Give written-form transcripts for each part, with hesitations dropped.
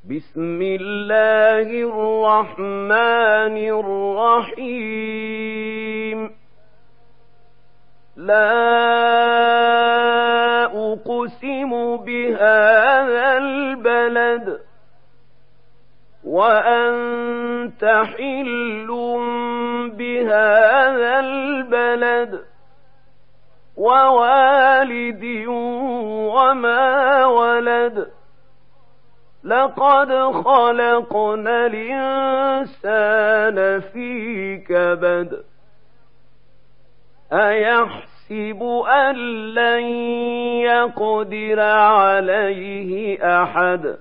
بسم الله الرحمن الرحيم لا أقسم بهذا البلد وأنت حل بهذا البلد ووالد وما ولد لقد خلقنا الإنسان في كبد أيحسب أن لن يقدر عليه أحد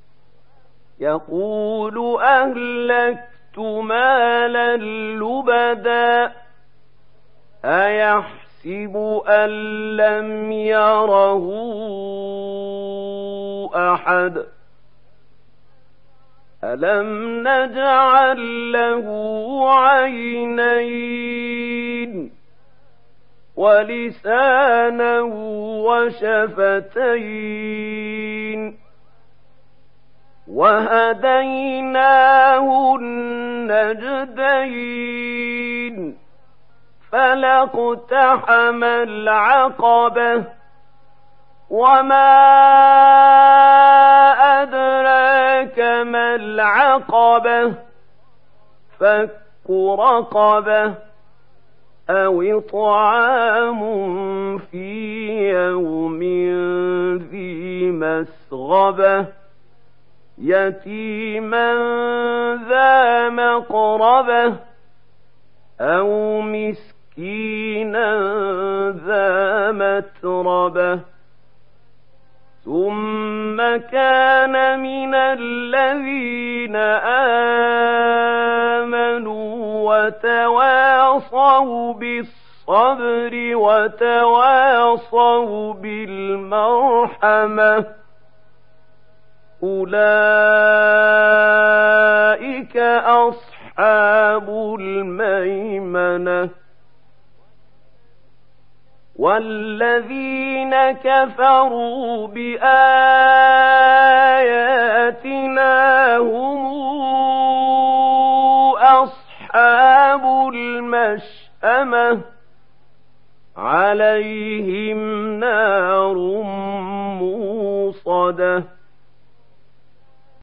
يقول أهلكت مالا لبدا أيحسب أن لم يره أحد ألم نجعل له عينين ولسانا وشفتين وهديناه النجدين فلاقتحم العقبة وما أدراك ما العقبة فك رقبة أو إطعام في يوم ذي مسغبة يتيما ذا مقربة أو مسكينا ذا متربة ثم كان من الذين آمنوا وتواصوا بالصبر وتواصوا بالمرحمة أولئك أصحاب الميمنة والذين كفروا بآياتنا هم أصحاب المشأمة عليهم نار موصدة